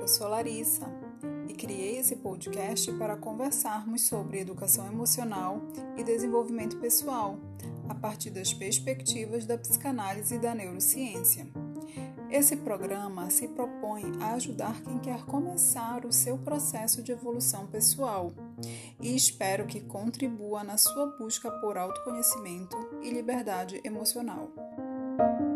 Eu sou Larissa e criei esse podcast para conversarmos sobre educação emocional e desenvolvimento pessoal, a partir das perspectivas da psicanálise e da neurociência. Esse programa se propõe a ajudar quem quer começar o seu processo de evolução pessoal e espero que contribua na sua busca por autoconhecimento e liberdade emocional.